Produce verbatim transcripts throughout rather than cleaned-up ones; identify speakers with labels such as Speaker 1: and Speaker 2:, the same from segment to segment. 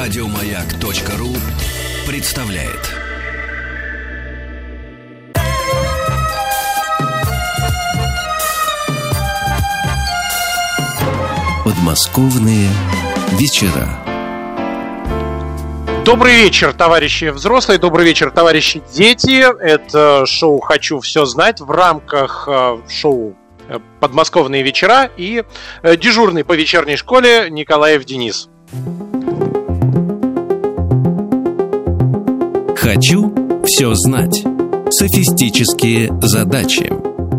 Speaker 1: Радиомаяк.ру представляет. Подмосковные вечера.
Speaker 2: Добрый вечер, товарищи взрослые, добрый вечер, товарищи дети. Это шоу «Хочу все знать» в рамках шоу «Подмосковные вечера» и дежурный по вечерней школе Николаев Денис.
Speaker 1: Хочу все знать. Софистические задачи.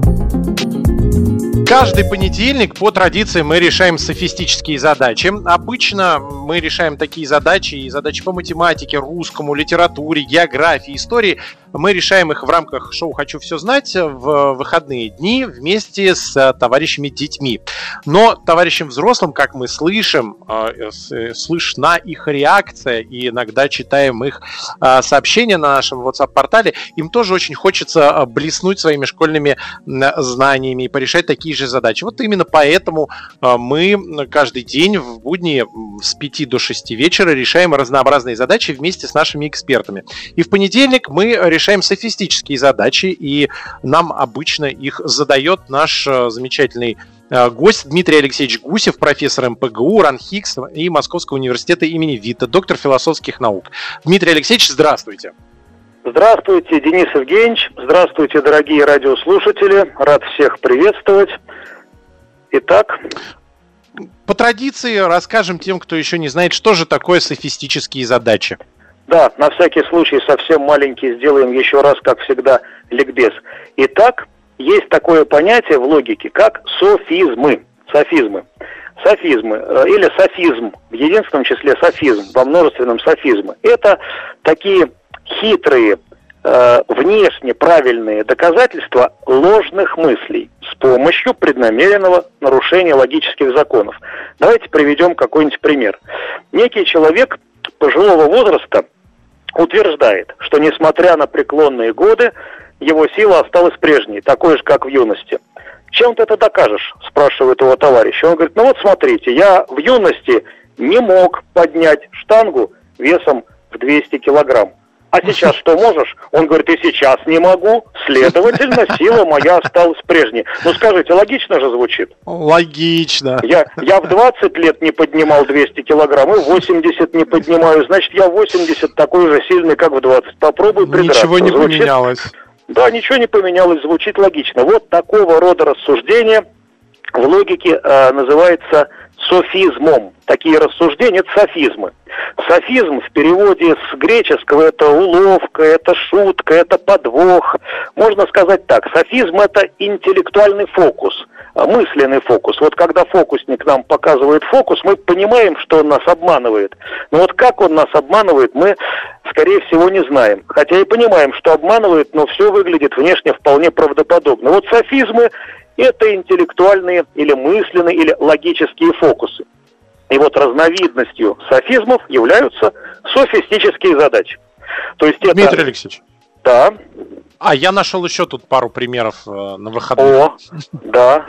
Speaker 2: Каждый понедельник по традиции мы решаем софистические задачи. Обычно мы решаем такие задачи и задачи по математике, русскому, литературе, географии, истории. Мы решаем их в рамках шоу «Хочу все знать» в выходные дни вместе с товарищами детьми. Но товарищам взрослым, как мы слышим, слышна их реакция, и иногда читаем их сообщения на нашем WhatsApp-портале, им тоже очень хочется блеснуть своими школьными знаниями и порешать такие же задачи. Вот именно поэтому мы каждый день в будни с пяти до шести вечера решаем разнообразные задачи вместе с нашими экспертами. И в понедельник мы решаем решаем софистические задачи, и нам обычно их задает наш замечательный гость Дмитрий Алексеевич Гусев, профессор эм пэ гэ у, РАНХИКС и Московского университета имени Витте, доктор философских наук. Дмитрий Алексеевич, здравствуйте.
Speaker 3: Здравствуйте, Денис Евгеньевич. Здравствуйте, дорогие радиослушатели. Рад всех приветствовать. Итак...
Speaker 2: По традиции расскажем тем, кто еще не знает, что же такое софистические задачи.
Speaker 3: Да, на всякий случай совсем маленький сделаем еще раз, как всегда, ликбез. Итак, есть такое понятие в логике, как софизмы. Софизмы. Софизмы, или софизм, в единственном числе софизм, во множественном софизмы. Это такие хитрые, э, внешне правильные доказательства ложных мыслей с помощью преднамеренного нарушения логических законов. Давайте приведем какой-нибудь пример. Некий человек пожилого возраста утверждает, что несмотря на преклонные годы, его сила осталась прежней, такой же, как в юности. Чем ты это докажешь, спрашивает его товарищ. Он говорит, ну вот смотрите, я в юности не мог поднять штангу весом в двести килограмм. А сейчас что можешь? Он говорит, и сейчас не могу, следовательно, сила моя осталась прежней. Ну скажите, логично же звучит?
Speaker 2: Логично.
Speaker 3: Я, я в двадцать лет не поднимал двести килограмм, и в восемьдесят не поднимаю, значит, я в восемьдесат такой же сильный, как в двадцать. Попробуй придраться.
Speaker 2: Ничего не
Speaker 3: звучит?
Speaker 2: поменялось.
Speaker 3: Да, ничего не поменялось, звучит логично. Вот такого рода рассуждение в логике э, называется софизмом. Такие рассуждения – это софизмы. Софизм в переводе с греческого – это уловка, это шутка, это подвох. Можно сказать так, софизм – это интеллектуальный фокус, мысленный фокус. Вот когда фокусник нам показывает фокус, мы понимаем, что он нас обманывает. Но вот как он нас обманывает, мы, скорее всего, не знаем. Хотя и понимаем, что обманывает, но все выглядит внешне вполне правдоподобно. Вот софизмы – это интеллектуальные или мысленные, или логические фокусы. И вот разновидностью софизмов являются софистические задачи. То есть это...
Speaker 2: Дмитрий Алексеевич.
Speaker 3: Да.
Speaker 2: А, я нашел еще тут пару примеров э, на выходных.
Speaker 3: О, да.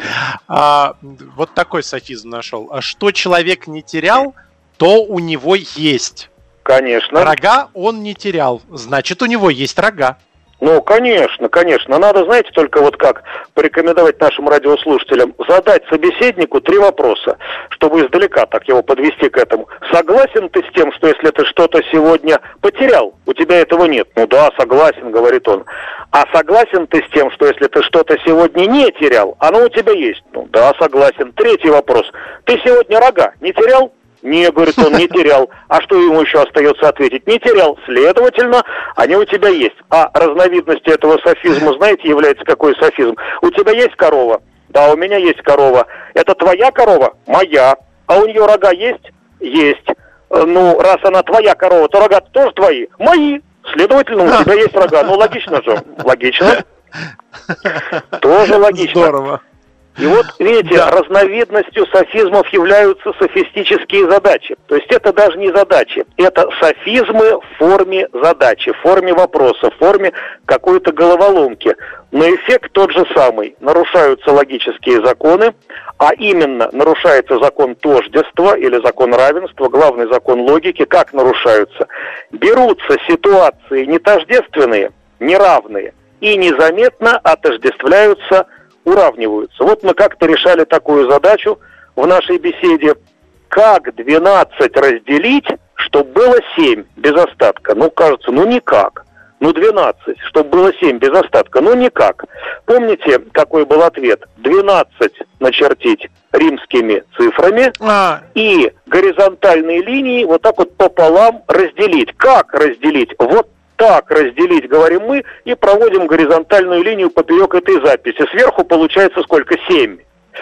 Speaker 2: А, вот такой софизм нашел. Что человек не терял, то у него есть.
Speaker 3: Конечно.
Speaker 2: Рога он не терял, значит, у него есть рога.
Speaker 3: Ну, конечно, конечно. Надо, знаете, только вот как порекомендовать нашим радиослушателям задать собеседнику три вопроса, чтобы издалека так его подвести к этому. Согласен ты с тем, что если ты что-то сегодня потерял, у тебя этого нет? Ну да, согласен, говорит он. А согласен ты с тем, что если ты что-то сегодня не терял, оно у тебя есть? Ну да, согласен. Третий вопрос. Ты сегодня рога не терял? Не, говорит он, не терял. А что ему еще остается ответить? Не терял. Следовательно, они у тебя есть. А разновидностью этого софизма, знаете, является какой софизм? У тебя есть корова? Да, у меня есть корова. Это твоя корова? Моя. А у нее рога есть? Есть. Ну, раз она твоя корова, то рога тоже твои? Мои. Следовательно, у тебя есть рога. Ну, логично же. Логично. Тоже логично.
Speaker 2: Здорово.
Speaker 3: И вот, видите, да. разновидностью софизмов являются софистические задачи. То есть это даже не задачи, это софизмы в форме задачи, в форме вопроса, в форме какой-то головоломки. Но эффект тот же самый. Нарушаются логические законы, а именно нарушается закон тождества или закон равенства, главный закон логики. Как нарушаются? Берутся ситуации нетождественные, неравные, и незаметно отождествляются, уравниваются. Вот мы как-то решали такую задачу в нашей беседе. Как двенадцать разделить, чтобы было семь без остатка? Ну, кажется, ну никак. Ну, двенадцать, чтобы было семь без остатка? Ну, никак. Помните, какой был ответ? двенадцать начертить римскими цифрами а. и горизонтальные линии вот так вот пополам разделить. Как разделить? Вот так разделить, говорим мы, и проводим горизонтальную линию поперек этой записи. Сверху получается сколько? семь.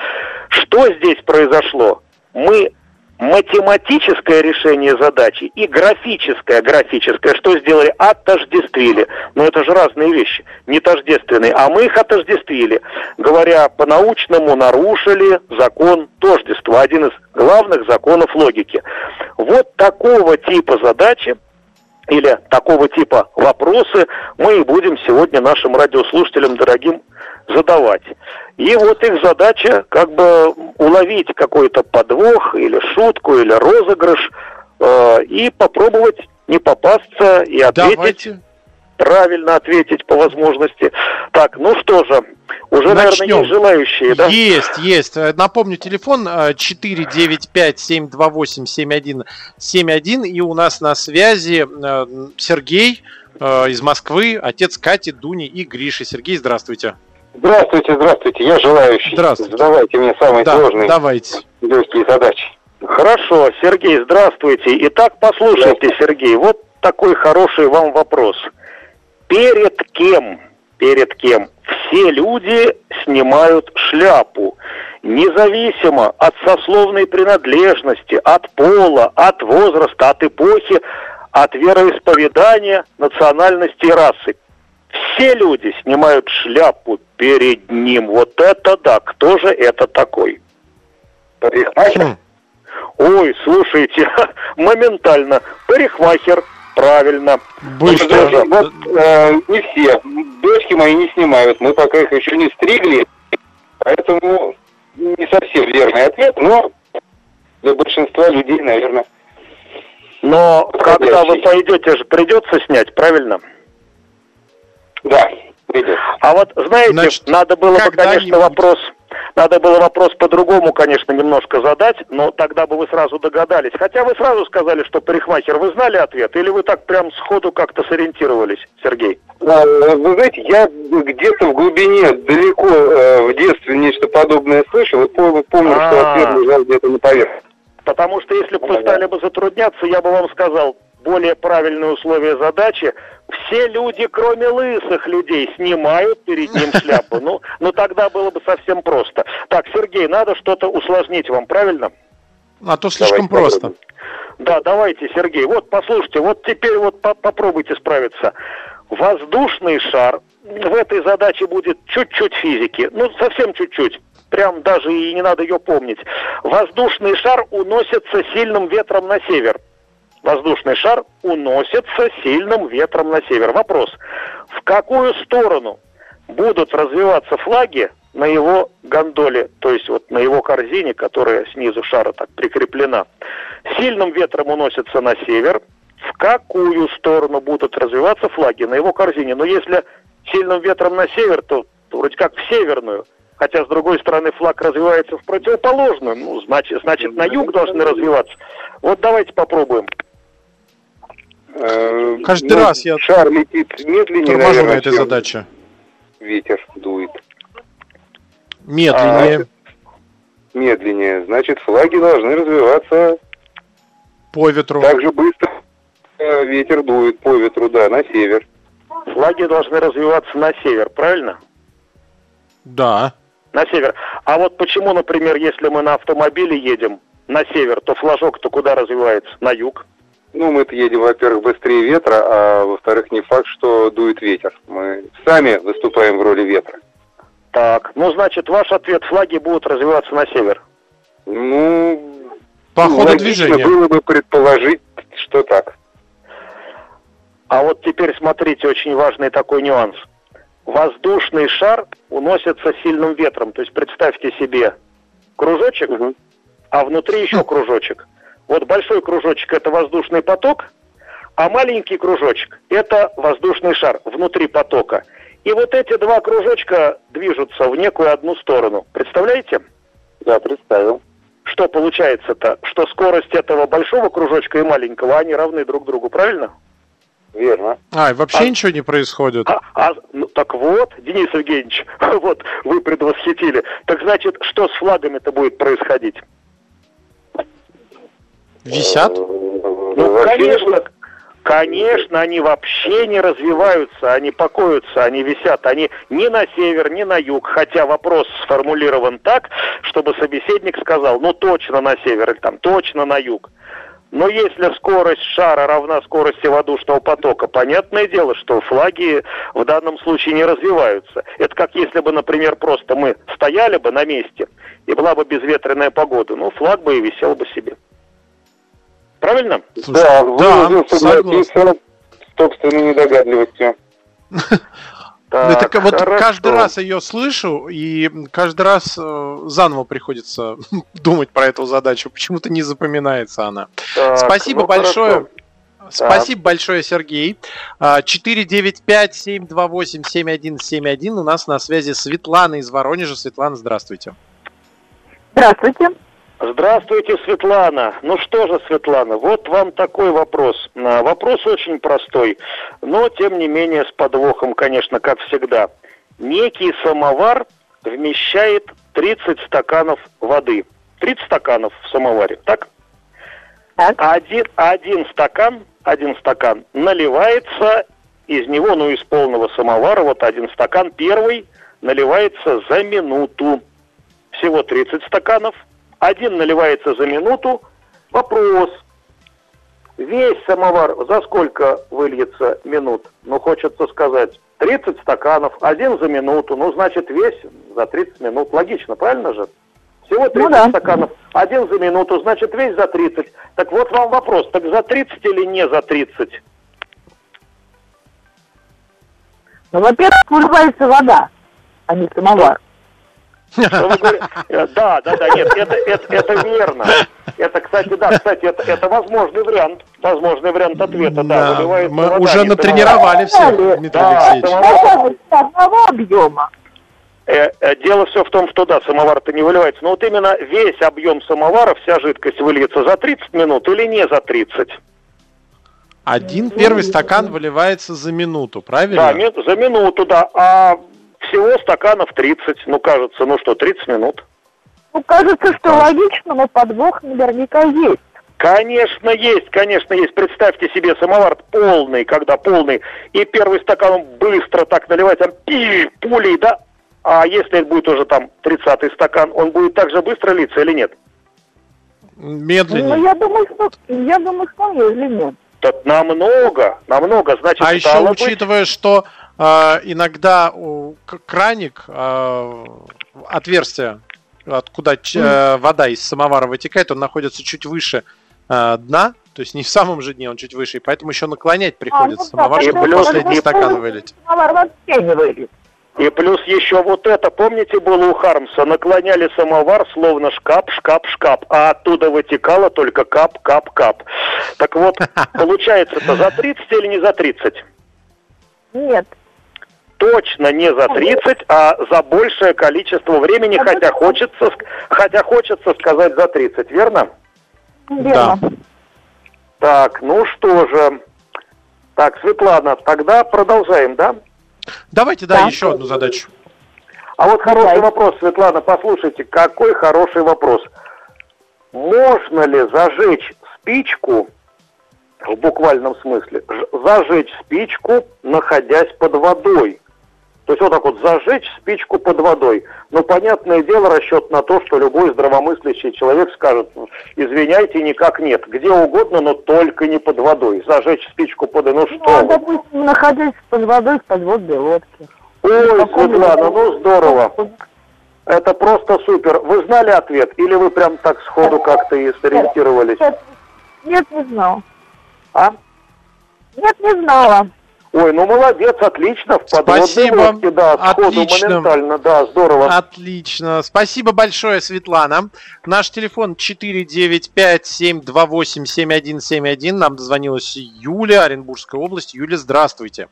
Speaker 3: Что здесь произошло? Мы математическое решение задачи и графическое, графическое, что сделали? Отождествили. Но это же разные вещи, не тождественные. А мы их отождествили. Говоря по-научному, нарушили закон тождества, один из главных законов логики. Вот такого типа задачи или такого типа вопросы мы и будем сегодня нашим радиослушателям дорогим задавать. И вот их задача как бы уловить какой-то подвох или шутку, или розыгрыш, э, и попробовать не попасться и ответить. Давайте. Правильно ответить по возможности. Так, ну что же, уже, начнем. Наверное, есть желающие, да?
Speaker 2: Есть, есть. Напомню, телефон четыре девять пять семь два восемь семь один семь один, и у нас на связи Сергей из Москвы, отец Кати, Дуни и Гриши. Сергей, здравствуйте.
Speaker 4: Здравствуйте, здравствуйте, я желающий.
Speaker 2: Здравствуйте.
Speaker 4: Задавайте мне самые
Speaker 2: да,
Speaker 4: сложные,
Speaker 2: давайте.
Speaker 4: легкие задачи.
Speaker 3: Хорошо, Сергей, здравствуйте. Итак, послушайте, Сергей, вот такой хороший вам вопрос. Перед кем, перед кем все люди снимают шляпу, независимо от сословной принадлежности, от пола, от возраста, от эпохи, от вероисповедания, национальности и расы? Все люди снимают шляпу перед ним. Вот это да, кто же это такой?
Speaker 4: Парикмахер?
Speaker 3: Ой, слушайте, моментально. Парикмахер. Правильно.
Speaker 4: Быстро. Ну, вот, э, не все. Дочки мои не снимают. Мы пока их еще не стригли. Поэтому не совсем верный ответ, но для большинства людей, наверное.
Speaker 3: Но когда вы пойдете, же придется снять, правильно?
Speaker 4: Да, придется.
Speaker 3: А вот, знаете, Значит, надо было бы, конечно, вопрос... Надо было вопрос по-другому, конечно, немножко задать, но тогда бы вы сразу догадались. Хотя вы сразу сказали, что парикмахер. Вы знали ответ? Или вы так прям сходу как-то сориентировались, Сергей?
Speaker 4: Вы знаете, я где-то в глубине, далеко в детстве нечто подобное слышал, и помню, А-а-а. что ответ лежал где-то на поверхности.
Speaker 3: Потому что если бы вы стали бы затрудняться, я бы вам сказал, более правильные условия задачи. Все люди, кроме лысых людей, снимают перед ним шляпу. Ну, ну тогда было бы совсем просто. Так, Сергей, надо что-то усложнить вам, правильно?
Speaker 2: А то слишком давайте просто. Попробуем.
Speaker 3: Да, давайте, Сергей. Вот, послушайте, вот теперь вот по- попробуйте справиться. Воздушный шар. В этой задаче будет чуть-чуть физики. Ну, совсем чуть-чуть. Прям даже и не надо ее помнить. Воздушный шар уносится сильным ветром на север. Воздушный шар уносится сильным ветром на север. Вопрос. В какую сторону будут развиваться флаги на его гондоле, то есть вот на его корзине, которая снизу шара так прикреплена? Сильным ветром уносится на север. В какую сторону будут развиваться флаги на его корзине? Но если сильным ветром на север, то, то вроде как в северную. Хотя, с другой стороны, флаг развивается в противоположную. Ну, значит, значит, на юг должны развиваться. Вот давайте попробуем.
Speaker 2: Каждый ну, раз я
Speaker 4: шар летит медленнее,
Speaker 2: торможу на этой задаче.
Speaker 4: Ветер дует.
Speaker 2: Медленнее.
Speaker 4: А, медленнее. Значит, флаги должны развиваться
Speaker 2: по ветру.
Speaker 4: Так же быстро ветер дует по ветру, да, на север.
Speaker 3: Флаги должны развиваться на север, правильно?
Speaker 2: Да.
Speaker 3: На север. А вот почему, например, если мы на автомобиле едем на север, то флажок-то куда развивается? На юг.
Speaker 4: Ну, мы-то едем, во-первых, быстрее ветра, а во-вторых, не факт, что дует ветер. Мы сами выступаем в роли ветра.
Speaker 3: Так, ну, значит, ваш ответ, флаги будут развиваться на север.
Speaker 4: Ну,
Speaker 2: По ходу
Speaker 4: логично
Speaker 2: движения.
Speaker 4: было бы предположить, что так.
Speaker 3: А вот теперь смотрите, очень важный такой нюанс. Воздушный шар уносится сильным ветром. То есть представьте себе кружочек,
Speaker 4: Угу.
Speaker 3: а внутри еще кружочек. Вот большой кружочек – это воздушный поток, а маленький кружочек – это воздушный шар внутри потока. И вот эти два кружочка движутся в некую одну сторону. Представляете?
Speaker 4: Да, представил.
Speaker 3: Что получается-то? Что скорость этого большого кружочка и маленького, они равны друг другу, правильно?
Speaker 4: Верно.
Speaker 2: А, и вообще
Speaker 3: А-
Speaker 2: ничего не происходит.
Speaker 3: А, а, ну, так вот, Денис Евгеньевич, вот вы предвосхитили. Так значит, что с флагами-то будет происходить?
Speaker 2: Висят?
Speaker 3: Ну,
Speaker 4: Вообще не
Speaker 3: конечно,
Speaker 4: будет.
Speaker 3: конечно, они вообще не развиваются, они покоятся, они висят, они ни на север, ни на юг. Хотя вопрос сформулирован так, чтобы собеседник сказал, ну точно на север или там точно на юг. Но если скорость шара равна скорости воздушного потока, понятное дело, что флаги в данном случае не развиваются. Это как если бы, например, просто мы стояли бы на месте, и была бы безветренная погода, ну, флаг бы и висел бы себе. Правильно?
Speaker 2: Слушай,
Speaker 4: Да,
Speaker 2: да,
Speaker 4: вынужден согласиться с собственной недогадливостью.
Speaker 3: Так,
Speaker 2: Это как- вот
Speaker 3: хорошо.
Speaker 2: каждый раз ее слышу, и каждый раз э, заново приходится думать про эту задачу. Почему-то не запоминается она.
Speaker 3: Так,
Speaker 2: Спасибо
Speaker 3: ну,
Speaker 2: большое.
Speaker 3: хорошо.
Speaker 2: Спасибо большое, Сергей. А, четыре девять пять семь два восемь семь один семь один. У нас на связи Светлана из Воронежа. Светлана, здравствуйте.
Speaker 5: Здравствуйте.
Speaker 3: Здравствуйте, Светлана. Ну что же, Светлана, вот вам такой вопрос. А, Вопрос очень простой, но тем не менее с подвохом, конечно, как всегда. Некий самовар вмещает тридцать стаканов воды. тридцать стаканов в самоваре, так?
Speaker 5: Так.
Speaker 3: Один, один стакан, один стакан наливается из него, ну, из полного самовара, вот один стакан первый наливается за минуту. Всего тридцать стаканов. Один наливается за минуту. Вопрос. Весь самовар за сколько выльется минут? Ну, хочется сказать, тридцать стаканов, один за минуту. Ну, значит, весь за тридцать минут. Логично, правильно же? Всего тридцать
Speaker 5: Ну да.
Speaker 3: стаканов, один за минуту, значит, весь за тридцать. Так вот вам вопрос, так за тридцать или не за тридцать?
Speaker 5: Ну, во-первых, выливается вода, а не самовар.
Speaker 3: Что вы говорите? Э, Да, да, да, нет, это, это, это верно. Это, кстати, да, кстати, это, это возможный вариант, возможный вариант ответа, да.
Speaker 2: Да,
Speaker 3: выливается
Speaker 2: мы
Speaker 3: вода,
Speaker 2: уже
Speaker 3: не
Speaker 2: натренировали всех,
Speaker 5: самовар.
Speaker 2: Дмитрий
Speaker 3: Да,
Speaker 2: Алексеевич.
Speaker 3: самовар.
Speaker 5: Это одного объема.
Speaker 3: Э, э, Дело все в том, что да, самовар-то не выливается. Но вот именно весь объем самовара, вся жидкость выльется за тридцать минут или не за тридцать?
Speaker 2: Один первый стакан выливается за минуту, правильно?
Speaker 3: Да, ми- за минуту, да. А всего стаканов тридцать. Ну, кажется, ну что, тридцать минут.
Speaker 5: Ну, кажется, что логично, но подвох наверняка есть.
Speaker 3: Конечно, есть, конечно, есть. Представьте себе самовар полный, когда полный, и первый стакан он быстро так наливать, там, пи, пулей, да? А если это будет уже там тридцатый стакан, он будет так же быстро литься или нет?
Speaker 2: Медленнее.
Speaker 5: Ну, я думаю, что, я думаю, что если нет.
Speaker 3: Так намного, намного, значит,
Speaker 2: А еще
Speaker 3: стало быть-
Speaker 2: учитывая, что э, иногда у, к- краник, э, отверстие, откуда ч- э, вода из самовара вытекает, он находится чуть выше э, дна, то есть не в самом же дне, он чуть выше, и поэтому еще наклонять приходится
Speaker 5: А, ну
Speaker 2: самовар,
Speaker 5: да,
Speaker 2: чтобы
Speaker 3: и плюс-
Speaker 2: последний
Speaker 3: и
Speaker 2: стакан
Speaker 5: плюс-
Speaker 2: вылить.
Speaker 5: Самовар вообще не выльет.
Speaker 3: И плюс еще вот это, помните, было у Хармса, наклоняли самовар, словно шкаф, шкаф, шкаф, а оттуда вытекало только кап, кап, кап. Так вот, получается-то за тридцать или не за тридцать?
Speaker 5: Нет.
Speaker 3: Точно не за тридцать, а за большее количество времени, хотя хочется, ск- хотя хочется сказать за тридцать, верно?
Speaker 5: Верно.
Speaker 3: Так, ну что же. Так, Светлана, тогда продолжаем, да?
Speaker 2: Давайте, да,
Speaker 5: Да.
Speaker 2: еще одну задачу.
Speaker 3: А вот хороший
Speaker 5: Давай.
Speaker 3: вопрос, Светлана, послушайте, какой хороший вопрос. Можно ли зажечь спичку, в буквальном смысле, ж- зажечь спичку, находясь под водой? То есть вот так вот зажечь спичку под водой. Ну, понятное дело, расчет на то, что любой здравомыслящий человек скажет, извиняйте, никак нет. Где угодно, но только не под водой. Зажечь спичку под... Ну
Speaker 5: Ну,
Speaker 3: что
Speaker 5: а,
Speaker 3: вы.
Speaker 5: допустим, находясь под водой в подводной лодке.
Speaker 3: Ой, Светлана, ну здорово. Это просто супер. Вы знали ответ? Или вы прям так сходу как-то и сориентировались?
Speaker 5: Нет, не знала.
Speaker 3: А?
Speaker 5: Нет, не знала.
Speaker 3: Ой, ну молодец, отлично. В
Speaker 2: Спасибо.
Speaker 3: Лодке, да, сходу,
Speaker 2: Отлично.
Speaker 3: моментально, да, здорово.
Speaker 2: Отлично. Спасибо большое, Светлана. Наш телефон четыре девять пять семь два восемь семь один семь один. Нам дозвонилась Юля, Оренбургская область. Юля, здравствуйте.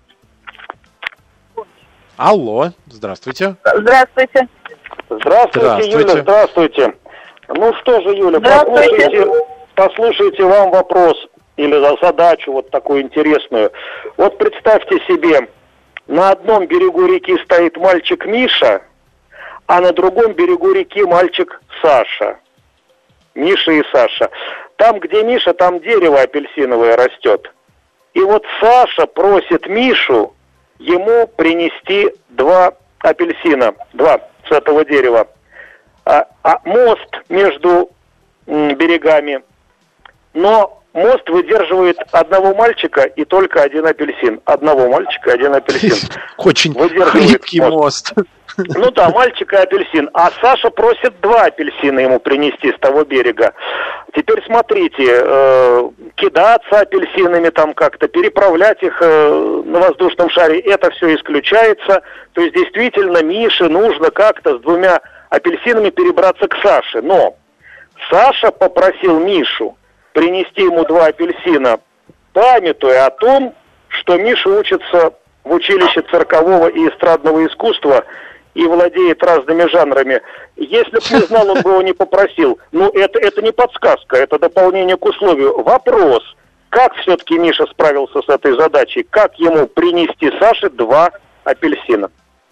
Speaker 2: Алло, здравствуйте.
Speaker 5: Здравствуйте.
Speaker 3: Здравствуйте,
Speaker 2: Здравствуйте.
Speaker 3: Юля, здравствуйте. Ну что же, Юля,
Speaker 5: Здравствуйте.
Speaker 3: послушайте, послушайте вам вопрос или задачу вот такую интересную. Вот представьте себе, на одном берегу реки стоит мальчик Миша, а на другом берегу реки мальчик Саша. Миша и Саша. Там, где Миша, там дерево апельсиновое растет. И вот Саша просит Мишу ему принести два апельсина, два с этого дерева. А, а мост между м, берегами, но мост выдерживает одного мальчика и только один апельсин. Одного мальчика и один апельсин.
Speaker 2: Очень
Speaker 3: Выдерживает
Speaker 2: хлипкий мост.
Speaker 3: Ну да, мальчик и апельсин. А Саша просит два апельсина ему принести с того берега. Теперь смотрите, э, кидаться апельсинами там как-то, переправлять их э, на воздушном шаре, это все исключается. То есть действительно Мише нужно как-то с двумя апельсинами перебраться к Саше. Но Саша попросил Мишу принести ему два апельсина, памятуя о том, что Миша учится в училище циркового и эстрадного искусства и владеет разными жанрами. Если бы не знал, он бы его не попросил. Ну, это, это не подсказка, это дополнение к условию. Вопрос, как все-таки Миша справился с этой задачей? Как ему принести Саше два апельсина?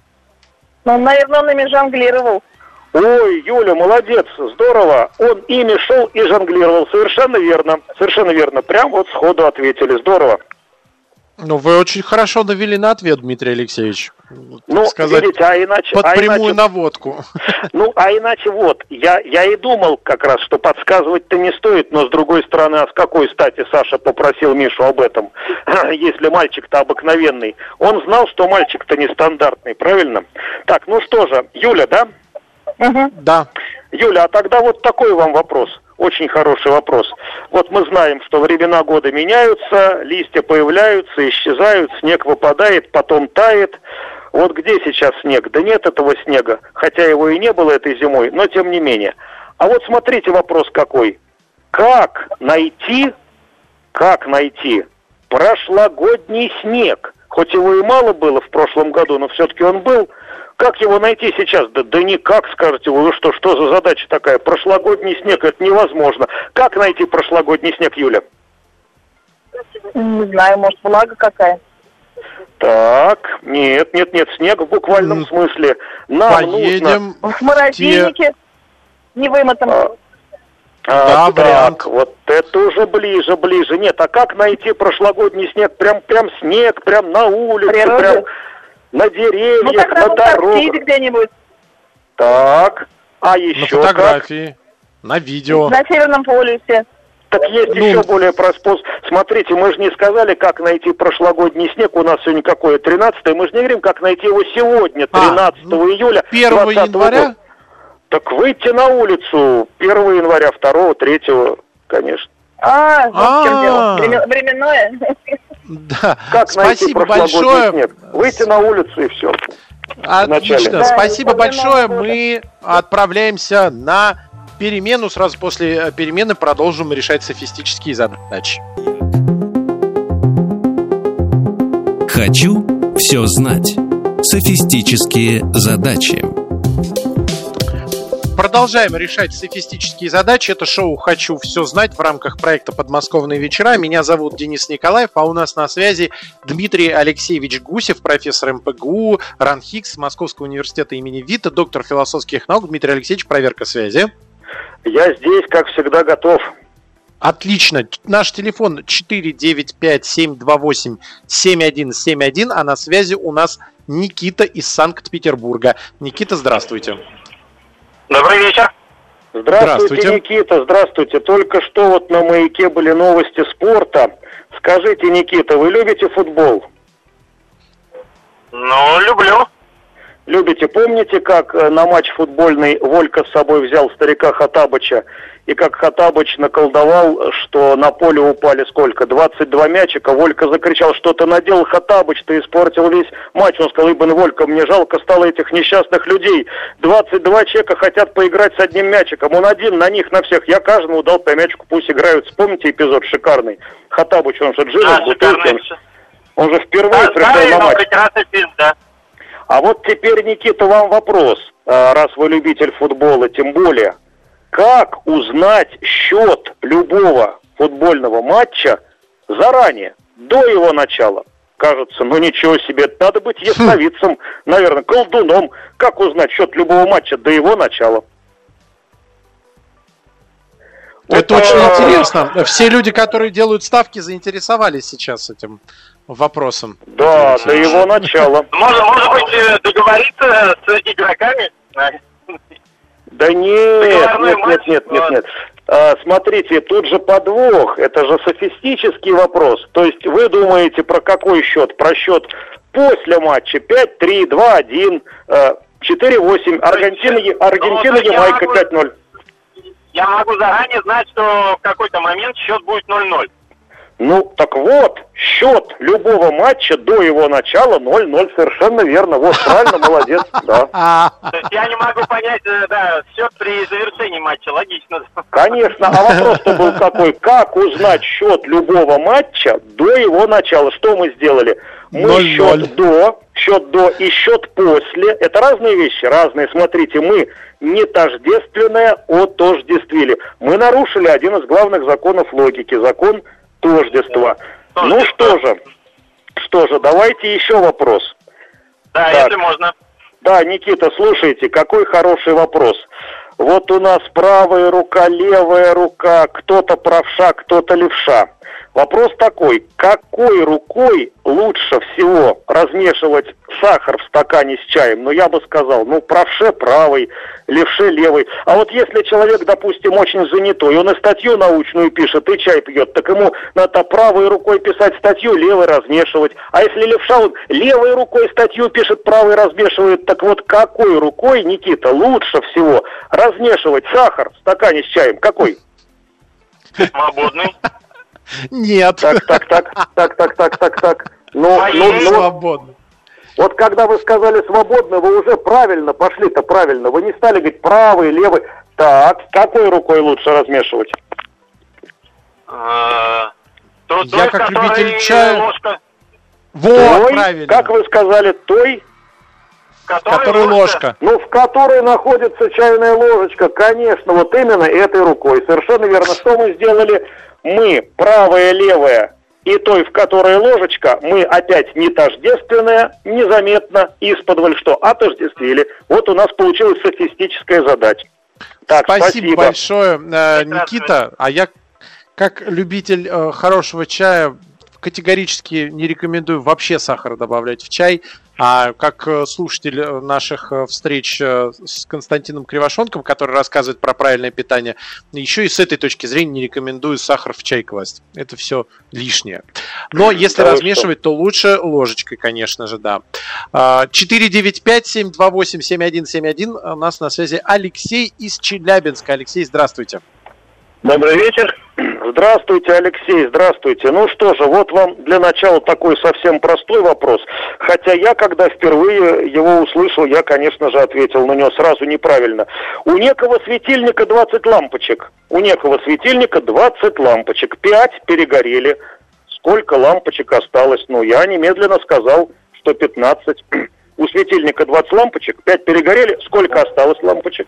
Speaker 5: Ну, наверное, он ими жонглировал.
Speaker 3: Ой, Юля, молодец, здорово. Он ими шел и жонглировал. Совершенно верно, совершенно верно. Прям вот сходу ответили. Здорово.
Speaker 2: Ну, вы очень хорошо навели на ответ, Дмитрий Алексеевич.
Speaker 3: Ну,
Speaker 2: сказать,
Speaker 3: видите, а иначе...
Speaker 2: под
Speaker 3: а
Speaker 2: прямую
Speaker 3: иначе,
Speaker 2: наводку.
Speaker 3: Ну, а иначе вот, я, я и думал как раз, что подсказывать-то не стоит, но с другой стороны, а с какой стати Саша попросил Мишу об этом, если мальчик-то обыкновенный? Он знал, что мальчик-то нестандартный, правильно? Так, ну что же, Юля, да?
Speaker 5: Угу.
Speaker 2: Да.
Speaker 3: Юля, а тогда вот такой вам вопрос. Очень хороший вопрос. Вот мы знаем, что времена года меняются, листья появляются, исчезают, снег выпадает, потом тает. Вот где сейчас снег? Да нет этого снега, хотя его и не было этой зимой, но тем не менее. А вот смотрите вопрос какой. Как найти, как найти прошлогодний снег? Хоть его и мало было в прошлом году, но все-таки он был. Как его найти сейчас? Да, да никак, скажете вы, что, что за задача такая? Прошлогодний снег, это невозможно. Как найти прошлогодний снег, Юля?
Speaker 5: Не знаю, может, влага какая.
Speaker 3: Так, нет, нет, нет, снег в буквальном
Speaker 2: М,
Speaker 3: смысле. Нам
Speaker 2: Поедем.
Speaker 5: В морозильнике не вымытом.
Speaker 3: нужно... А,
Speaker 2: Да,
Speaker 3: так,
Speaker 2: вариант.
Speaker 3: вот это уже ближе, ближе. Нет, а как найти прошлогодний снег? Прям, прям снег, прям на улице,
Speaker 5: Природе?
Speaker 3: прям на деревьях,
Speaker 5: Ну, тогда
Speaker 3: на
Speaker 5: в
Speaker 3: дорогах.
Speaker 5: Антарктиде где-нибудь.
Speaker 3: Так, а
Speaker 2: На
Speaker 3: еще как?
Speaker 2: фотографии, на видео.
Speaker 5: На Северном полюсе.
Speaker 3: Так есть
Speaker 2: Ну,
Speaker 3: еще более простой способ. Смотрите, мы же не сказали, как найти прошлогодний снег. У нас сегодня какое? тринадцатое. Мы же не говорим, как найти его сегодня,
Speaker 2: А,
Speaker 3: тринадцатого
Speaker 2: ну,
Speaker 3: июля.
Speaker 2: первого
Speaker 3: двадцатого
Speaker 2: января?
Speaker 3: года. Так выйти на улицу первого января, второго, третьего, конечно.
Speaker 5: А, вот в чем
Speaker 2: А.
Speaker 5: дело. Времен- Временное.
Speaker 2: Да.
Speaker 3: Как найти
Speaker 2: Спасибо
Speaker 3: прошлогодний
Speaker 2: большое.
Speaker 3: снег? Выйти на улицу и все.
Speaker 2: Отлично.
Speaker 3: начале.
Speaker 5: Да,
Speaker 2: Спасибо
Speaker 5: и
Speaker 2: большое.
Speaker 5: Нового года.
Speaker 2: Мы отправляемся на перемену. Сразу после э, перемены продолжим решать софистические задачи.
Speaker 1: Хочу все знать. Софистические задачи.
Speaker 2: Продолжаем решать софистические задачи. Это шоу «Хочу все знать» в рамках проекта «Подмосковные вечера». Меня зовут Денис Николаев, а у нас на связи Дмитрий Алексеевич Гусев, профессор эм пэ гэ у, РАНХИКС, Московского университета имени Вита, доктор философских наук. Дмитрий Алексеевич, проверка связи.
Speaker 3: Я здесь, как всегда, готов.
Speaker 2: Отлично. Наш телефон четыре девять пять семь два восемь семь один семь один, а на связи у нас Никита из Санкт-Петербурга. Никита, здравствуйте.
Speaker 4: Добрый вечер.
Speaker 3: Здравствуйте,
Speaker 2: Здравствуйте.
Speaker 3: Никита, здравствуйте. Только что вот на «Маяке» были новости спорта. Скажите, Никита, вы любите футбол?
Speaker 6: Ну, люблю.
Speaker 3: Любите. Помните, как на матч футбольный Волька с собой взял старика Хаттабыча, и как Хаттабыч наколдовал, что на поле упали сколько? двадцать два мячика. Волька закричал, что ты наделал, Хаттабыч, ты испортил весь матч. Он сказал: Ибн Волька, мне жалко стало этих несчастных людей. двадцать два человека хотят поиграть с одним мячиком. Он один на них, на всех. Я каждому дал по мячику, пусть играют. Вспомните эпизод шикарный. Хаттабыч, он же джин,
Speaker 6: а,
Speaker 3: бутылки. Он, он же впервые
Speaker 6: да,
Speaker 3: пришел
Speaker 6: да,
Speaker 3: на матч.
Speaker 6: Прекрасный фильм, да.
Speaker 3: А вот теперь, Никита, вам вопрос, раз вы любитель футбола, тем более. Как узнать счет любого футбольного матча заранее, до его начала? Кажется, ну ничего себе, надо быть ясновидцем, наверное, колдуном. Как узнать счет любого матча до его начала?
Speaker 2: Это
Speaker 3: вот,
Speaker 2: очень
Speaker 3: а...
Speaker 2: интересно. Все люди, которые делают ставки, заинтересовались сейчас этим вопросом.
Speaker 3: Да, до его начала.
Speaker 6: Может, может быть, договориться с игроками?
Speaker 3: Да нет, нет, нет, нет, нет, нет. А, смотрите, тут же подвох, это же софистический вопрос. То есть вы думаете про какой счет? Про счет после матча пять три, два один, четыре восемь, Аргентина, Аргентина, Ямайка пять ноль.
Speaker 6: Я могу заранее знать, что в какой-то момент счет будет ноль ноль.
Speaker 3: Ну, так вот, счет любого матча до его начала ноль ноль, совершенно верно. Вот, правильно, молодец, да.
Speaker 6: То есть я не могу понять, да, счет при завершении матча, логично.
Speaker 3: Конечно, а вопрос-то был какой? Как узнать счет любого матча до его начала? Что мы сделали? Мы счет до, счет до и счет после. Это разные вещи, разные. Смотрите, мы не тождественное отождествили. Мы нарушили один из главных законов логики, закон тождества. Ну что же, что же, давайте еще вопрос.
Speaker 6: Да,
Speaker 3: так.
Speaker 6: если можно.
Speaker 3: Да, Никита, слушайте, какой хороший вопрос. Вот у нас правая рука, левая рука, кто-то правша, кто-то левша. Вопрос такой, какой рукой лучше всего размешивать сахар в стакане с чаем? Ну, я бы сказал, ну, правше правой, левше левой. А вот если человек, допустим, очень занятой, он и статью научную пишет, и чай пьет, так ему надо правой рукой писать статью, левой размешивать. А если левша, он левой рукой статью пишет, правой размешивает, так вот какой рукой, Никита, лучше всего размешивать сахар в стакане с чаем? Какой?
Speaker 6: Свободный.
Speaker 2: Нет.
Speaker 3: Так, так, так, так, так, так, так, так. Ну, ну, ну,
Speaker 2: свободно.
Speaker 3: Вот когда вы сказали свободно, вы уже правильно пошли-то правильно. Вы не стали говорить правый, левый. Так, какой рукой лучше размешивать?
Speaker 6: А, то,
Speaker 2: Я
Speaker 6: той,
Speaker 2: как
Speaker 6: которой
Speaker 2: любитель чая.
Speaker 6: Ложка,
Speaker 2: Вот,
Speaker 3: той,
Speaker 2: правильно.
Speaker 3: как вы сказали, той,
Speaker 6: которой
Speaker 2: Который ложка.
Speaker 3: ну, в которой находится чайная ложечка, конечно, вот именно этой рукой. Совершенно верно. Что мы сделали? Мы, правая, левая, и той, в которой ложечка, мы опять не тождественное, незаметно, исподволь что, отождествили. Вот у нас получилась софистическая задача. Так,
Speaker 2: спасибо,
Speaker 3: спасибо.
Speaker 2: большое, э, Никита. А я, как любитель э, хорошего чая, категорически не рекомендую вообще сахар добавлять в чай. А как слушатель наших встреч с Константином Кривошонком, который рассказывает про правильное питание, еще и с этой точки зрения не рекомендую сахар в чай класть. Это все лишнее. Но если
Speaker 3: да
Speaker 2: размешивать, то лучше ложечкой, конечно же, да. четыре девять пять семь два восемь семь один семь один. У нас на связи Алексей из Челябинска. Алексей, здравствуйте.
Speaker 6: Добрый вечер.
Speaker 3: Здравствуйте, Алексей, здравствуйте. Ну что же, вот вам для начала такой совсем простой вопрос. Хотя я, когда впервые его услышал, я, конечно же, ответил на него сразу неправильно. У некого светильника двадцать лампочек. У некого светильника двадцать лампочек. пять перегорели. Сколько лампочек осталось? Ну, я немедленно сказал, что пятнадцать. У светильника двадцать лампочек, пять перегорели. Сколько осталось лампочек?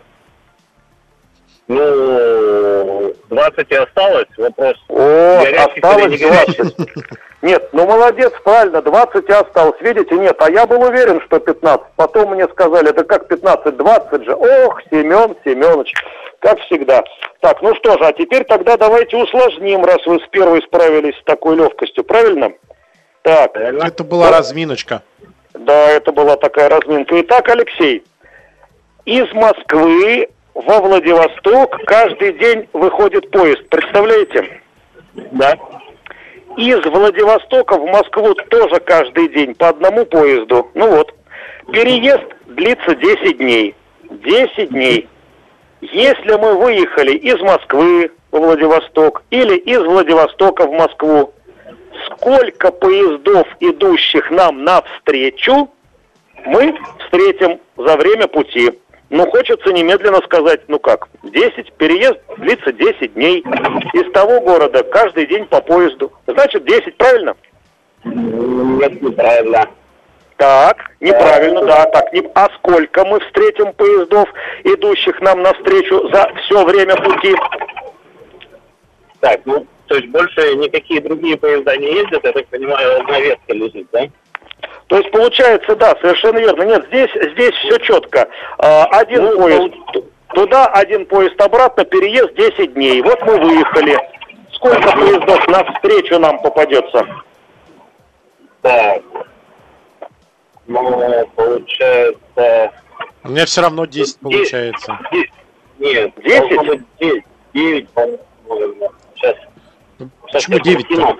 Speaker 6: Ну, двадцать и осталось. Вопрос.
Speaker 3: О,
Speaker 6: горячий
Speaker 3: осталось двадцать. Нет, ну молодец, правильно, двадцать и осталось. Видите, нет, а я был уверен, что пятнадцать. Потом мне сказали, да как пятнадцать, двадцать же. Ох, Семен Семенович, как всегда. Так, ну что же, а теперь тогда давайте усложним, раз вы с первой справились с такой легкостью, правильно? Так.
Speaker 2: Это была разминочка.
Speaker 3: Да, это была такая разминка. Итак, Алексей, из Москвы во Владивосток каждый день выходит поезд. Представляете?
Speaker 6: Да.
Speaker 3: из Владивостока в Москву тоже каждый день по одному поезду. Ну вот. Переезд длится десять дней. десять дней. Если мы выехали из Москвы в Владивосток или из Владивостока в Москву, сколько поездов, идущих нам навстречу, мы встретим за время пути? Ну, хочется немедленно сказать, ну как, десять, переезд длится десять дней. Из того города каждый день по поезду. Значит, десять, правильно?
Speaker 6: Нет, неправильно.
Speaker 3: Так, неправильно, да, так. Не... А сколько мы встретим поездов, идущих нам навстречу за все время пути?
Speaker 6: Так, ну, то есть больше никакие другие поезда не ездят, я так понимаю, одна ветка лежит, да?
Speaker 3: То есть получается, да, совершенно верно. Нет, здесь, здесь все четко. А, один ну, поезд пол... туда, один поезд обратно, переезд десять дней. Вот мы выехали. Сколько поездов навстречу нам попадется?
Speaker 6: Так. Ну, получается...
Speaker 2: У меня все равно десять получается.
Speaker 6: десять. Нет,
Speaker 3: десять?
Speaker 6: девять, девять, по-моему. Сейчас.
Speaker 2: Ну, почему девять-то?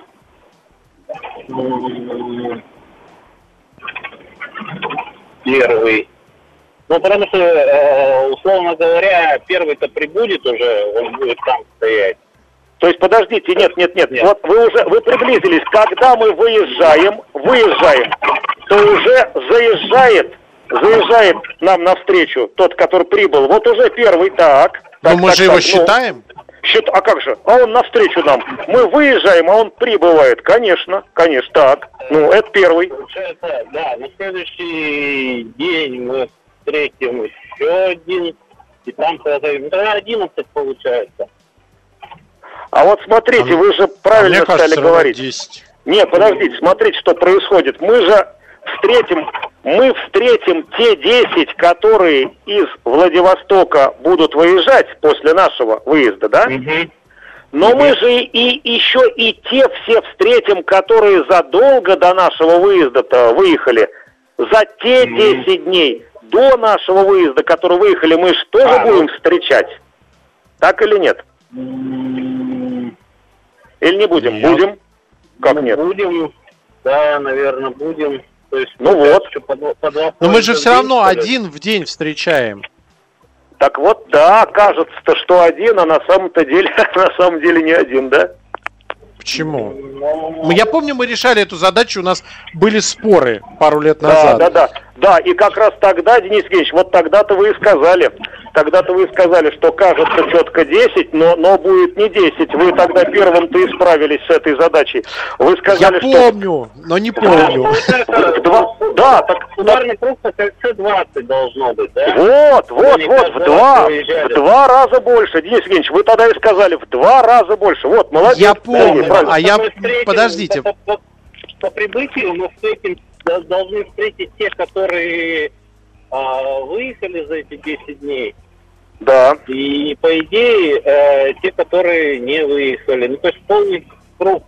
Speaker 6: Первый. Ну, потому что, условно говоря, первый-то прибудет уже, он будет там стоять.
Speaker 3: То есть, подождите, нет, нет, нет, нет. Вот вы уже, вы приблизились. Когда мы выезжаем, выезжаем, то уже заезжает, заезжает нам навстречу тот, который прибыл. Вот уже первый, так.
Speaker 2: Но
Speaker 3: так,
Speaker 2: мы
Speaker 3: так,
Speaker 2: же его
Speaker 3: так,
Speaker 2: считаем.
Speaker 3: Ну, счит... А как же? А он навстречу нам. Мы выезжаем, а он прибывает. Конечно, конечно, так. Ну, это первый.
Speaker 6: Получается, да, на следующий день мы встретим еще один, и там одиннадцать получается.
Speaker 3: А вот смотрите, а, вы же правильно
Speaker 2: а
Speaker 3: стали
Speaker 2: кажется,
Speaker 3: говорить.
Speaker 2: десять.
Speaker 3: Нет, подождите, смотрите, что происходит. Мы же встретим, мы встретим те десять, которые из Владивостока будут выезжать после нашего выезда, да?
Speaker 6: Угу.
Speaker 3: Но угу. мы же и еще и те все встретим, которые задолго до нашего выезда-то выехали. За те угу. десять дней до нашего выезда, которые выехали, мы же тоже а, будем ну... встречать. Так или нет? Или не будем? Нет. Будем? Как
Speaker 6: ну,
Speaker 3: нет?
Speaker 6: Будем, да, наверное, будем. То есть,
Speaker 3: ну вот.
Speaker 6: По, по
Speaker 2: Но мы же все равно один в день встречаем.
Speaker 3: Так вот, да, кажется-то, что один, а на самом-то деле, на самом деле не один, да?
Speaker 2: Почему? Ну, я помню, мы решали эту задачу, у нас были споры пару лет назад.
Speaker 3: Да, да, да. Да, и как раз тогда, Денис Евгеньевич, вот тогда-то вы и сказали, тогда-то вы и сказали, что кажется четко десять, но, но будет не десять. Вы тогда первым-то и справились с этой задачей. Вы сказали,
Speaker 2: я помню,
Speaker 3: что...
Speaker 2: но не помню.
Speaker 3: Два... Да, так...
Speaker 6: Ударный круг как двадцать должно быть, да?
Speaker 3: Вот, вот, вот, в два, в два раза больше. Денис Евгеньевич, вы тогда и сказали, в два раза больше. Вот, молодец.
Speaker 2: Я помню,
Speaker 3: да,
Speaker 2: а я... Подождите.
Speaker 6: По, по, по прибытию мы встретим, должны встретить тех, которые а, выехали за эти десять дней.
Speaker 3: Да.
Speaker 6: И, по идее, э, те, которые не выехали. Ну, то есть полный круг.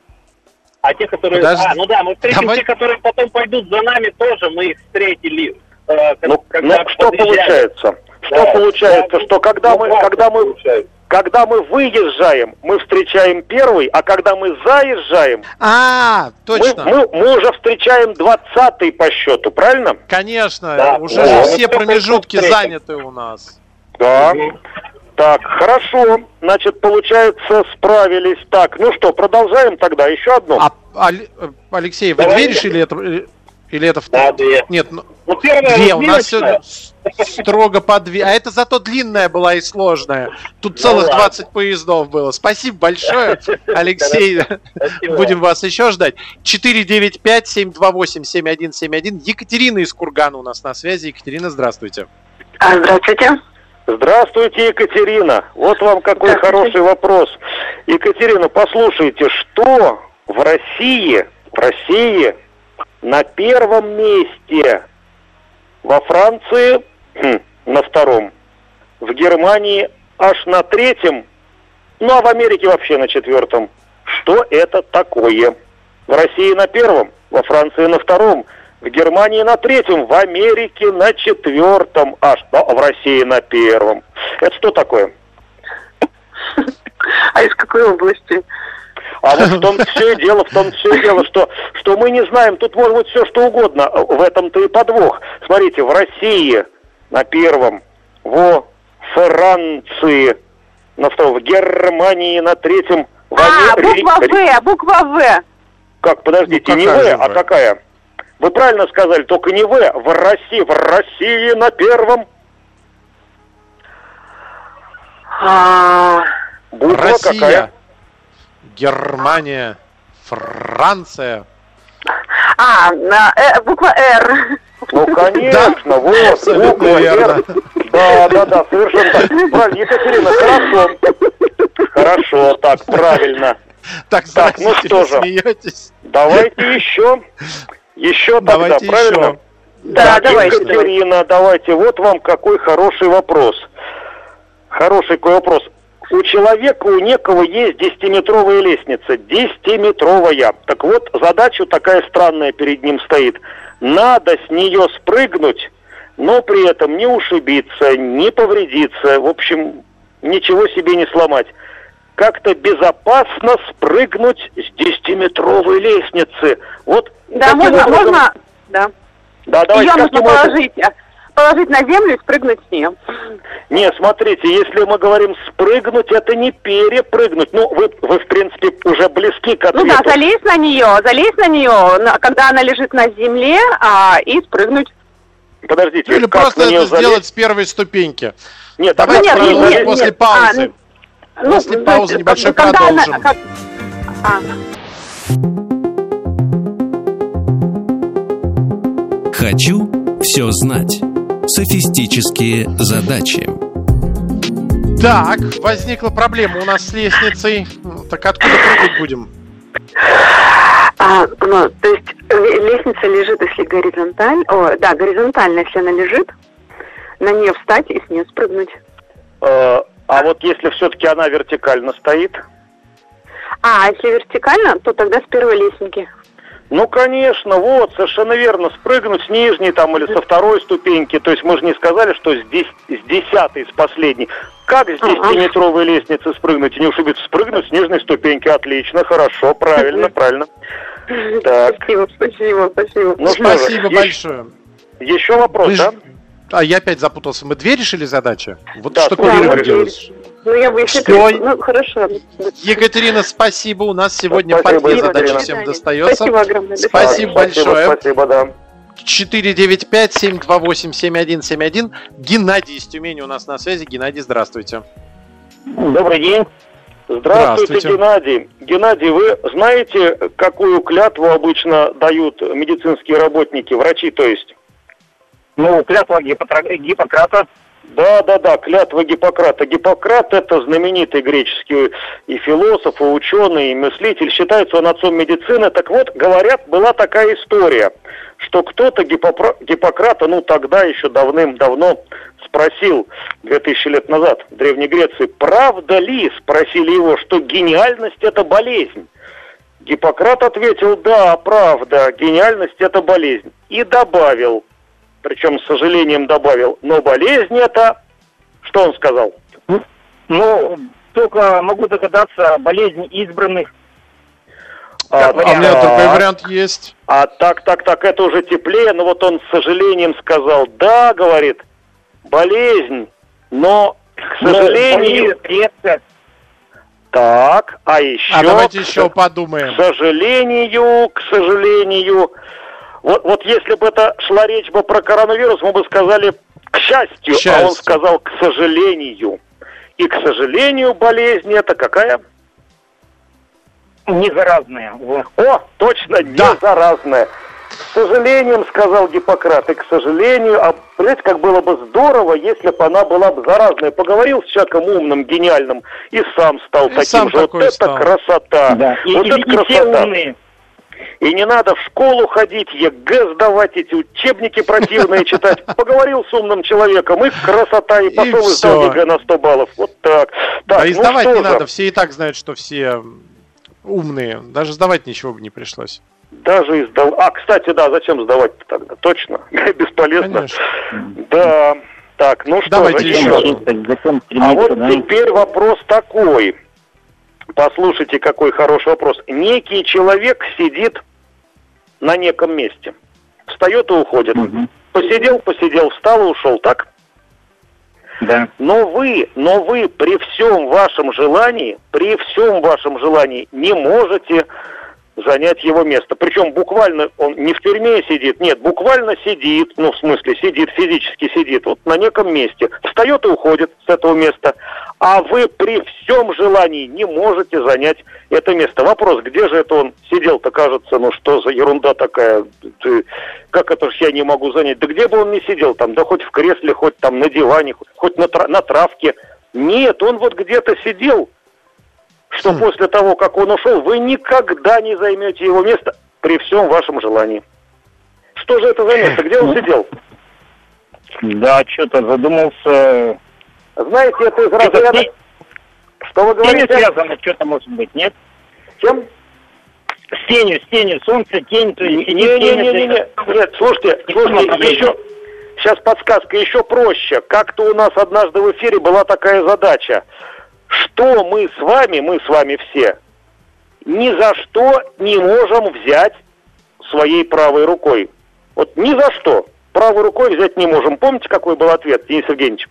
Speaker 6: А те, которые...
Speaker 2: Подожди.
Speaker 6: А, ну да, мы встретим
Speaker 2: Давай...
Speaker 6: те, которые потом пойдут за нами, тоже мы их встретили. Э,
Speaker 3: ну,
Speaker 6: когда
Speaker 3: ну, что получается? Что
Speaker 6: да,
Speaker 3: получается?
Speaker 6: да,
Speaker 3: что когда
Speaker 6: ну,
Speaker 3: мы... Когда мы... Когда мы выезжаем, мы встречаем первый, а когда мы заезжаем,
Speaker 2: а, точно.
Speaker 3: Мы, мы, мы уже встречаем двадцатый по счету, правильно?
Speaker 2: Конечно,
Speaker 6: да,
Speaker 2: уже
Speaker 6: да,
Speaker 2: же
Speaker 6: да,
Speaker 2: все промежутки заняты у нас.
Speaker 3: Да. Угу. Так, хорошо. Значит, получается, справились. Так, ну что, продолжаем тогда. Еще одно.
Speaker 2: А, Алексей, вы две решили это? Или это
Speaker 6: да, две.
Speaker 2: Нет, ну,
Speaker 6: ну первая
Speaker 2: две. У нас все строго по две. А это зато длинная была и сложная. Тут целых ну, двадцать поездов было. Спасибо большое, Алексей. Будем вас еще ждать. четыре девять пять семь два восемь семь один семь один. Екатерина из Кургана у нас на связи. Екатерина, здравствуйте.
Speaker 5: Здравствуйте.
Speaker 3: Здравствуйте, Екатерина. Вот вам какой хороший вопрос. Екатерина, послушайте, что в России, в России на первом месте, во Франции хм, на втором, в Германии аж на третьем, ну а в Америке вообще на четвертом. Что это такое? В России на первом, во Франции на втором, в Германии на третьем, в Америке на четвертом аж, а в России на первом. Это что такое?
Speaker 5: А из какой области?
Speaker 3: А вот в том все и дело, в том все и дело, что, что мы не знаем, тут может быть все что угодно, в этом-то и подвох. Смотрите, в России на первом, во Франции на втором, в Германии на третьем, в
Speaker 5: А,
Speaker 3: Америке...
Speaker 5: буква В, буква В.
Speaker 3: Как, подождите,
Speaker 2: Ну,
Speaker 3: не
Speaker 2: какая
Speaker 3: В,
Speaker 2: же
Speaker 3: а
Speaker 2: В?
Speaker 3: какая? Вы правильно сказали, только не В, в России, в России на первом.
Speaker 5: А,
Speaker 3: Буква
Speaker 2: Россия,
Speaker 3: какая?
Speaker 2: Германия, Франция.
Speaker 5: а на- э, буква Р.
Speaker 3: Ну, конечно, вот,
Speaker 2: Абсолютно
Speaker 3: буква
Speaker 2: верно.
Speaker 3: Р. Да, да, да, совершенно так. Правильно, Екатерина, хорошо. Хорошо, так, правильно.
Speaker 2: Так,
Speaker 3: Так, ну
Speaker 2: заразительно
Speaker 3: что же.
Speaker 2: смеетесь.
Speaker 3: Давайте еще. Еще тогда,
Speaker 2: Давайте
Speaker 3: правильно?
Speaker 2: еще.
Speaker 5: Да,
Speaker 3: Так,
Speaker 5: давайте.
Speaker 3: Екатерина, давайте. Вот вам какой хороший вопрос. Хороший какой вопрос. У человека, у некого есть десятиметровая лестница. Десятиметровая. Так вот, задача такая странная перед ним стоит. Надо с нее спрыгнуть, но при этом не ушибиться, не повредиться. В общем, ничего себе не сломать. Как-то безопасно спрыгнуть с десятиметровой лестницы. Вот.
Speaker 5: Да,
Speaker 3: таким
Speaker 5: можно,
Speaker 3: образом-
Speaker 5: можно, да.
Speaker 3: Да, давайте.
Speaker 5: Ее нужно
Speaker 3: каким образом-
Speaker 5: положить, а, положить на землю и спрыгнуть с нее.
Speaker 3: Не, смотрите, если мы говорим спрыгнуть, это не перепрыгнуть. Ну, вы, вы в принципе, уже близки к
Speaker 5: Ну
Speaker 3: ответу.
Speaker 5: да, залезть на нее, залезть на нее, на- когда она лежит на земле, а, и спрыгнуть.
Speaker 3: Подождите,
Speaker 2: Или
Speaker 3: как
Speaker 2: просто
Speaker 3: на нее
Speaker 2: это
Speaker 3: залезть?
Speaker 2: сделать с первой ступеньки.
Speaker 3: Нет,
Speaker 2: Давайте
Speaker 3: так,
Speaker 5: нет,
Speaker 2: продолжим
Speaker 5: нет,
Speaker 2: после
Speaker 5: нет.
Speaker 2: паузы.
Speaker 5: А, ну,
Speaker 2: После
Speaker 5: то
Speaker 2: паузы
Speaker 5: есть,
Speaker 2: небольшой
Speaker 5: когда она-
Speaker 2: продолжим.
Speaker 5: как- а.
Speaker 1: Хочу все знать. Софистические задачи.
Speaker 2: Так, возникла проблема у нас с лестницей. Так откуда прыгать будем?
Speaker 7: А, ну, то есть ле- лестница лежит, если горизонтально, о, да, горизонтально, если она лежит, на нее встать и с нее спрыгнуть.
Speaker 3: э, а вот если все-таки она вертикально стоит?
Speaker 7: А, если вертикально, то тогда с первой лестники.
Speaker 3: Ну, конечно, вот, совершенно верно. Спрыгнуть с нижней там или со второй ступеньки. То есть мы же не сказали, что с, дес- с десятой, с последней. Как с десятиметровой лестницы спрыгнуть и не ушибиться? Спрыгнуть с нижней ступеньки. Отлично, хорошо, правильно, правильно. Так.
Speaker 7: Спасибо, спасибо, спасибо.
Speaker 3: Ну что же,
Speaker 2: Спасибо
Speaker 3: е-
Speaker 2: большое.
Speaker 3: Еще вопрос,
Speaker 2: Вы ж-
Speaker 3: да?
Speaker 2: А я опять запутался. Мы две решили задачи? Вот
Speaker 3: Да,
Speaker 2: что
Speaker 3: да,
Speaker 2: курируем
Speaker 3: мы
Speaker 2: делать?
Speaker 7: Ну, я бы еще...
Speaker 2: Всё.
Speaker 7: Ну, хорошо.
Speaker 2: Екатерина, спасибо. У нас сегодня
Speaker 3: Спасибо,
Speaker 2: по две
Speaker 3: Екатерина.
Speaker 2: задачи
Speaker 7: До
Speaker 2: всем
Speaker 7: свидания.
Speaker 2: достается.
Speaker 7: Спасибо огромное. До
Speaker 2: Спасибо
Speaker 3: Спасибо,
Speaker 2: большое.
Speaker 3: спасибо, да.
Speaker 2: четыре девять пять семь два восемь семь один семь один. Геннадий из Тюмени у нас на связи. Геннадий, здравствуйте.
Speaker 6: Добрый день.
Speaker 3: Здравствуйте,
Speaker 2: Здравствуйте.
Speaker 3: Геннадий. Геннадий, вы знаете, какую клятву обычно дают медицинские работники, врачи, то есть?
Speaker 6: Ну, клятва Гиппотра- Гиппократа.
Speaker 3: Да, да, да, клятва Гиппократа. Гиппократ — это знаменитый греческий и философ, и ученый, и мыслитель. Считается он отцом медицины. Так вот, говорят, была такая история, что кто-то Гиппопра- Гиппократа, ну тогда еще давным-давно, спросил, две тысячи лет назад, в Древней Греции, правда ли, спросили его, что гениальность — это болезнь. Гиппократ ответил: да, правда, гениальность — это болезнь. И добавил, причем с сожалением добавил, но болезнь это... Что он сказал?
Speaker 6: Ну, только могу догадаться, болезнь избранных.
Speaker 3: А,
Speaker 2: А у меня
Speaker 3: так,
Speaker 2: другой вариант есть.
Speaker 3: А так, так, так, это уже теплее, но вот он с сожалением сказал: да, говорит, болезнь, но, к сожалению...
Speaker 6: Редко.
Speaker 3: Так, а еще...
Speaker 2: А давайте
Speaker 3: к
Speaker 2: еще
Speaker 3: со-
Speaker 2: подумаем.
Speaker 3: К сожалению, к сожалению... Вот, вот если бы это шла речь бы про коронавирус, мы бы сказали к счастью,
Speaker 2: К счастью.
Speaker 3: а он сказал к сожалению. И, к сожалению, болезнь это какая?
Speaker 6: Не заразные. Вот.
Speaker 3: О, точно, не
Speaker 2: Да.
Speaker 3: заразная. К сожалению, сказал Гиппократ, и к сожалению, а понимаете, как было бы здорово, если бы она была бы заразная. Поговорил с человеком умным, гениальным, и сам стал
Speaker 2: И
Speaker 3: таким
Speaker 2: сам
Speaker 3: же. Вот
Speaker 2: такой
Speaker 3: это
Speaker 2: стал.
Speaker 3: красота.
Speaker 6: Да. И,
Speaker 3: Вот
Speaker 6: и-
Speaker 3: это
Speaker 6: и все
Speaker 3: красота.
Speaker 6: умные.
Speaker 3: И не надо в школу ходить, ЕГЭ сдавать, эти учебники противные читать. Поговорил с умным человеком, и красота, и пошел и, сдал
Speaker 2: всё.
Speaker 3: ЕГЭ на сто баллов. Вот так. Так,
Speaker 2: Да и
Speaker 3: ну
Speaker 2: сдавать
Speaker 3: что
Speaker 2: не
Speaker 3: же?
Speaker 2: надо. Все и так знают, что все умные. Даже сдавать ничего бы не пришлось.
Speaker 3: Даже и сдал. А, кстати, да, зачем сдавать-то тогда? Точно. Бесполезно.
Speaker 2: Конечно.
Speaker 3: Да. Так, ну что
Speaker 2: Давайте
Speaker 3: же,
Speaker 2: еще.
Speaker 3: еще.
Speaker 6: Зачем
Speaker 3: А вот
Speaker 6: стремиться, да?
Speaker 3: теперь вопрос такой. послушайте, какой хороший вопрос. Некий человек сидит на неком месте, встает и уходит. Угу. Посидел, посидел, встал и ушел, так?
Speaker 8: Да.
Speaker 3: Но вы, но вы при всем вашем желании, при всем вашем желании не можете занять его место. Причем буквально он не в тюрьме сидит, нет, буквально сидит, ну в смысле сидит, физически сидит, вот на неком месте. Встает и уходит с этого места. А вы при всем желании не можете занять это место. Вопрос, где же это он сидел-то, кажется, ну что за ерунда такая, ты, как это ж я не могу занять? Да где бы он ни сидел там, да хоть в кресле, хоть там на диване, хоть на, тра- на травке. Нет, он вот где-то сидел, что хм. после того, как он ушел, вы никогда не займете его место при всем вашем желании. Что же это за место? Где он сидел?
Speaker 8: Да, что-то задумался.
Speaker 3: Знаете, это из разряда...
Speaker 8: Не...
Speaker 3: Что вы говорите?
Speaker 8: С тенью связано что-то может быть, нет?
Speaker 3: С чем?
Speaker 8: С тенью, с тенью, солнце, тень, то есть...
Speaker 3: Не-не-не-не, нет, слушайте, слушайте, еще... Сейчас подсказка, еще проще. Как-то у нас однажды в эфире была такая задача. Что мы с вами, мы с вами все, ни за что не можем взять своей правой рукой. Вот ни за что правой рукой взять не можем. Помните, какой был ответ, Денис Евгеньевич?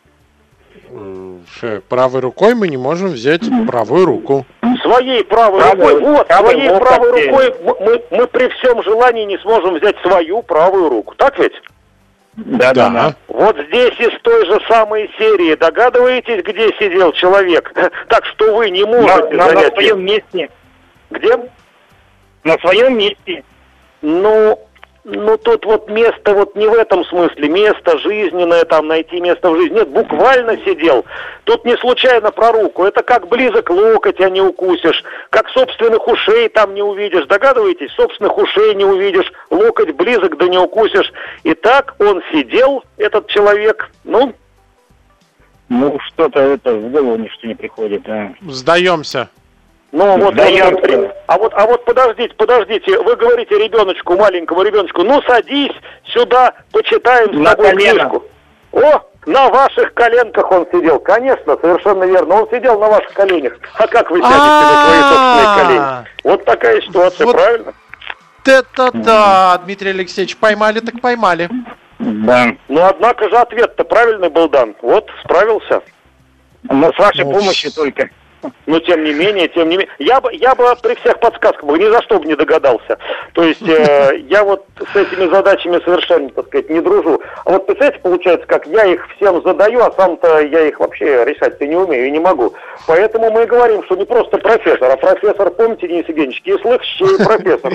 Speaker 2: Правой рукой мы не можем взять правую руку.
Speaker 3: Своей правой, правой рукой, вот, правой, своей вот правой рукой мы, мы, мы при всем желании не сможем взять свою правую руку. Так ведь?
Speaker 8: Да, да, да.
Speaker 3: Вот здесь из той же самой серии. Догадываетесь, где сидел человек? Так что вы не можете
Speaker 8: на,
Speaker 3: занять...
Speaker 8: На своем месте.
Speaker 3: Где?
Speaker 8: На своем месте.
Speaker 3: Ну... Ну, тут вот место, вот не в этом смысле, место жизненное, там, найти место в жизни. Нет, буквально сидел. Тут не случайно про руку. Это как близок локоть, а не укусишь. Как собственных ушей там не увидишь. Догадываетесь? Собственных ушей не увидишь. Локоть близок, да не укусишь. И так он сидел, этот человек, ну...
Speaker 8: Ну, что-то это в голову ничто не приходит, а.
Speaker 2: Сдаемся.
Speaker 3: Ну вот,
Speaker 8: да,
Speaker 3: вот,
Speaker 8: я...
Speaker 3: а вот, а вот подождите, подождите, вы говорите ребеночку, маленькому ребеночку, ну садись сюда, почитаем
Speaker 8: на
Speaker 3: с тобой
Speaker 8: колено.
Speaker 3: Книжку. О, на ваших коленках он сидел, конечно, совершенно верно, он сидел на ваших коленях. А как вы сядете на свои собственные колени? Вот такая ситуация,
Speaker 2: вот
Speaker 3: правильно?
Speaker 2: Это да, Дмитрий Алексеевич, поймали так поймали.
Speaker 8: Да.
Speaker 3: Ну, однако же ответ-то правильный был дан. Вот, справился.
Speaker 8: Но с вашей ну, помощью только.
Speaker 3: Но тем не менее, тем не менее, я бы, я бы при всех подсказках бы ни за что бы не догадался. То есть э, я вот с этими задачами совершенно, так сказать, не дружу. А вот представляете, получается, как я их всем задаю, а сам-то я их вообще решать-то не умею и не могу. Поэтому мы и говорим, что не просто профессор, а профессор, помните, Денис Евгеньевич, кислых профессор.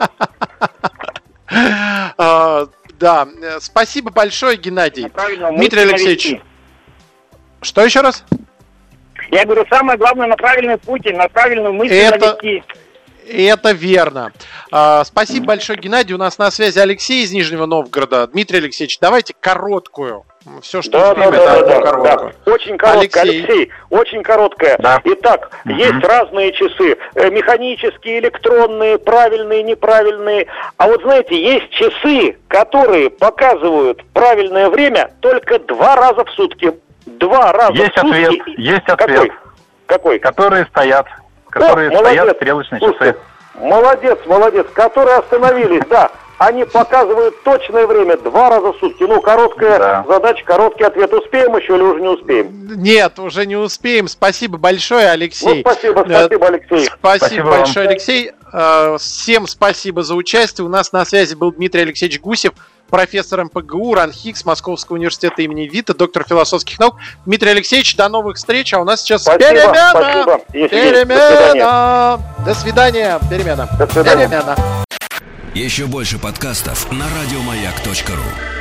Speaker 2: Да, спасибо большое, Геннадий. Дмитрий Алексеевич. Что еще раз?
Speaker 8: Я говорю, самое главное на правильный путь, на правильную мысль навести.
Speaker 2: Это верно. А, спасибо большое, Геннадий. У нас на связи Алексей из Нижнего Новгорода. Дмитрий Алексеевич, давайте короткую. Все, что
Speaker 3: да,
Speaker 2: успеем,
Speaker 3: да,
Speaker 2: это
Speaker 3: да, да,
Speaker 2: короткую.
Speaker 3: Да. Очень короткая, Алексей, Алексей очень короткая.
Speaker 8: Да.
Speaker 3: Итак, угу. есть разные часы. Механические, электронные, правильные, неправильные. А вот знаете, есть часы, которые показывают правильное время только два раза в сутки. Два раза
Speaker 9: есть
Speaker 3: в сутки.
Speaker 9: Ответ, есть ответ.
Speaker 3: Какой? Какой?
Speaker 9: Которые стоят. Которые О, стоят стрелочные часы.
Speaker 3: Молодец, молодец. Которые остановились, да. Они показывают точное время два раза в сутки. Ну, короткая да. задача, короткий ответ. Успеем еще или уже не успеем?
Speaker 2: Нет, уже не успеем. Спасибо большое, Алексей.
Speaker 3: Ну, спасибо, спасибо, Алексей.
Speaker 2: Спасибо,
Speaker 9: спасибо
Speaker 2: большое,
Speaker 9: вам.
Speaker 2: Алексей. Всем спасибо за участие. У нас на связи был Дмитрий Алексеевич Гусев, профессор эм пэ гэ у РАНХИКС Московского университета имени Вита, доктор философских наук. Дмитрий Алексеевич, до новых встреч. А у нас сейчас
Speaker 3: спасибо,
Speaker 2: перемена.
Speaker 3: Спасибо.
Speaker 2: Перемена. До свидания. Перемена.
Speaker 3: До свидания.
Speaker 2: Перемена.
Speaker 1: Еще больше подкастов на радиомаяк точка ру.